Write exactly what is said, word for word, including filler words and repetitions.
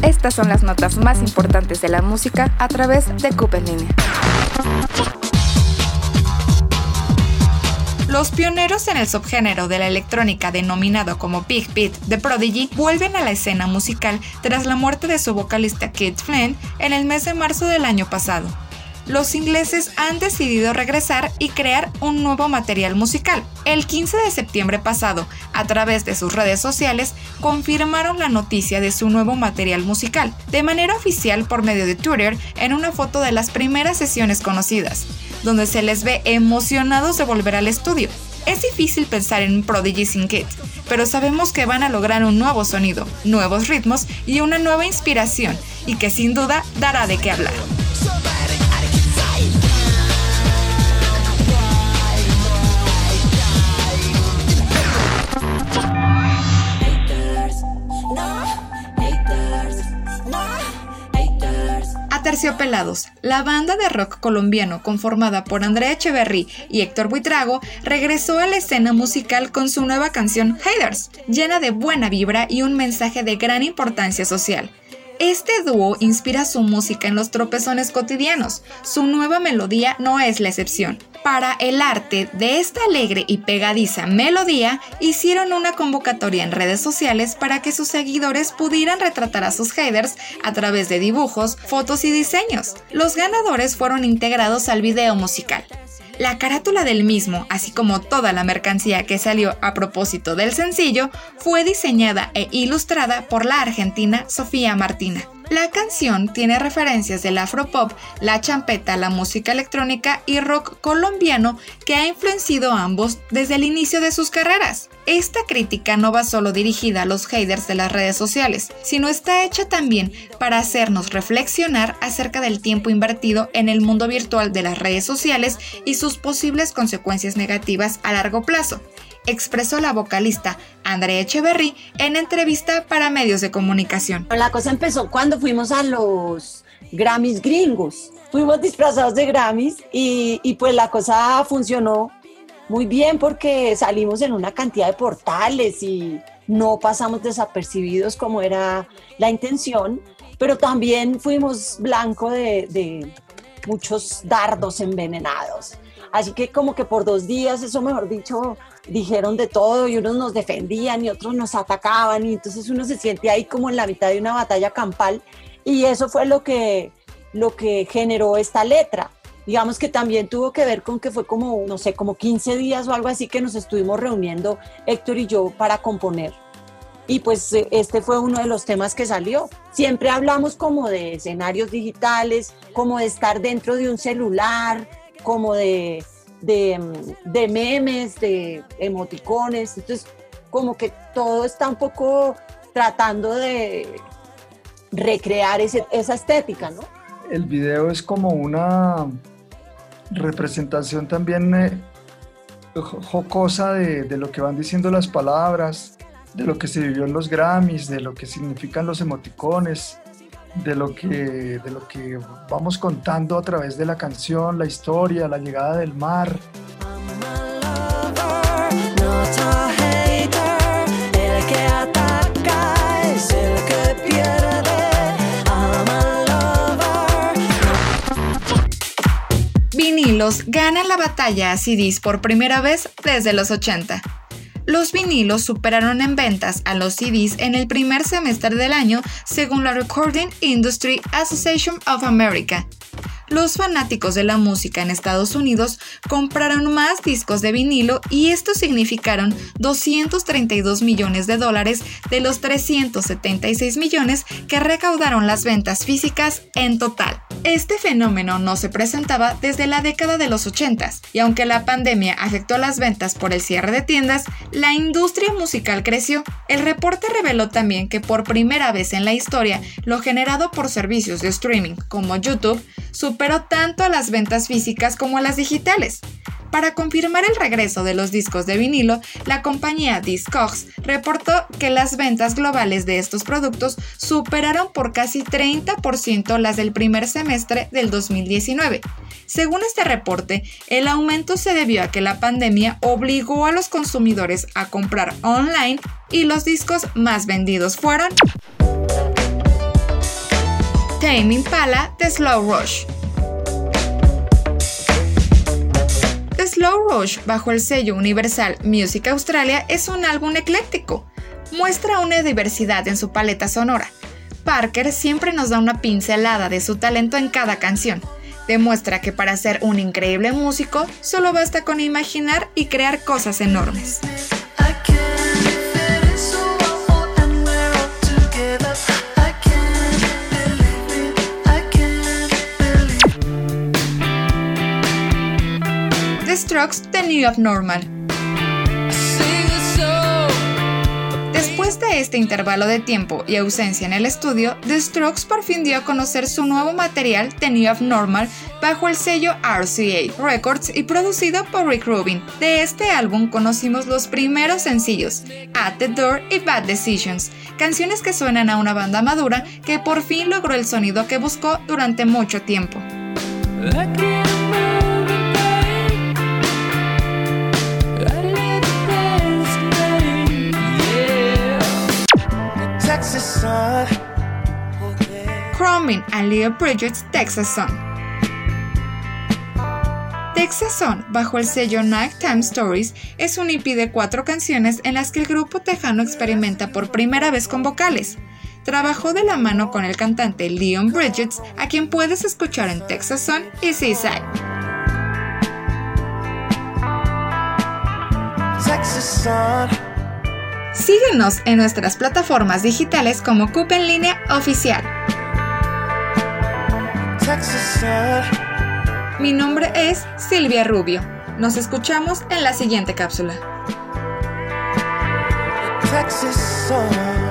Estas son las notas más importantes de la música a través de Coop en línea. Los pioneros en el subgénero de la electrónica denominado como Big Beat de Prodigy vuelven a la escena musical tras la muerte de su vocalista Keith Flint en el mes de marzo del año pasado. Los ingleses han decidido regresar y crear un nuevo material musical. El quince de septiembre pasado, a través de sus redes sociales, confirmaron la noticia de su nuevo material musical, de manera oficial por medio de Twitter, en una foto de las primeras sesiones conocidas, donde se les ve emocionados de volver al estudio. Es difícil pensar en Prodigy sin Keith, pero sabemos que van a lograr un nuevo sonido, nuevos ritmos y una nueva inspiración, y que sin duda dará de qué hablar. Aterciopelados, la banda de rock colombiano conformada por Andrea Echeverry y Héctor Buitrago regresó a la escena musical con su nueva canción Haters, llena de buena vibra y un mensaje de gran importancia social. Este dúo inspira su música en los tropezones cotidianos. Su nueva melodía no es la excepción. Para el arte de esta alegre y pegadiza melodía, hicieron una convocatoria en redes sociales para que sus seguidores pudieran retratar a sus haters a través de dibujos, fotos y diseños. Los ganadores fueron integrados al video musical. La carátula del mismo, así como toda la mercancía que salió a propósito del sencillo, fue diseñada e ilustrada por la argentina Sofía Martina. La canción tiene referencias del afropop, la champeta, la música electrónica y rock colombiano que ha influenciado a ambos desde el inicio de sus carreras. Esta crítica no va solo dirigida a los haters de las redes sociales, sino está hecha también para hacernos reflexionar acerca del tiempo invertido en el mundo virtual de las redes sociales y sus posibles consecuencias negativas a largo plazo, expresó la vocalista Andrea Echeverry en entrevista para medios de comunicación. La cosa empezó cuando fuimos a los Grammys gringos. Fuimos disfrazados de Grammys y, y pues la cosa funcionó muy bien porque salimos en una cantidad de portales y no pasamos desapercibidos como era la intención, pero también fuimos blanco de, de muchos dardos envenenados. Así que como que por dos días, eso mejor dicho, dijeron de todo y unos nos defendían y otros nos atacaban y entonces uno se siente ahí como en la mitad de una batalla campal y eso fue lo que, lo que generó esta letra. Digamos que también tuvo que ver con que fue como, no sé, como quince días o algo así que nos estuvimos reuniendo Héctor y yo para componer. Y pues este fue uno de los temas que salió. Siempre hablamos como de escenarios digitales, como de estar dentro de un celular, como de, de, de memes, de emoticones. Entonces, como que todo está un poco tratando de recrear ese, esa estética, ¿no? El video es como una representación también eh, jocosa de, de lo que van diciendo las palabras, de lo que se vivió en los Grammys, de lo que significan los emoticones, de lo que, de lo que vamos contando a través de la canción, la historia, la llegada del mar. Vinilos ganan la batalla a C Ds por primera vez desde los ochenta. Los vinilos superaron en ventas a los C Ds en el primer semestre del año, según la Recording Industry Association of America. Los fanáticos de la música en Estados Unidos compraron más discos de vinilo y estos significaron doscientos treinta y dos millones de dólares de los trescientos setenta y seis millones que recaudaron las ventas físicas en total. Este fenómeno no se presentaba desde la década de los ochentas y aunque la pandemia afectó las ventas por el cierre de tiendas, la industria musical creció. El reporte reveló también que por primera vez en la historia, lo generado por servicios de streaming como YouTube superó tanto a las ventas físicas como a las digitales. Para confirmar el regreso de los discos de vinilo, la compañía Discogs reportó que las ventas globales de estos productos superaron por casi treinta por ciento las del primer semestre del dos mil diecinueve. Según este reporte, el aumento se debió a que la pandemia obligó a los consumidores a comprar online y los discos más vendidos fueron Tame Impala, The Slow Rush. The Slow Rush, bajo el sello Universal Music Australia, es un álbum ecléctico. Muestra una diversidad en su paleta sonora. Parker siempre nos da una pincelada de su talento en cada canción. Demuestra que para ser un increíble músico, solo basta con imaginar y crear cosas enormes. The Strokes, The New Abnormal. Después de este intervalo de tiempo y ausencia en el estudio, The Strokes por fin dio a conocer su nuevo material, The New Abnormal, bajo el sello R C A Records y producido por Rick Rubin. De este álbum conocimos los primeros sencillos, At the Door y Bad Decisions, canciones que suenan a una banda madura que por fin logró el sonido que buscó durante mucho tiempo. Crumbin and Leo Bridget's Texas Sun. Texas Sun, bajo el sello Nighttime Stories, es un E P de cuatro canciones en las que el grupo tejano experimenta por primera vez con vocales. Trabajó de la mano con el cantante Leon Bridges, a quien puedes escuchar en Texas Sun y Seaside. Texas Sun. Síguenos en nuestras plataformas digitales como Coop en Línea Oficial. Mi nombre es Silvia Rubio. Nos escuchamos en la siguiente cápsula. Texas Sun.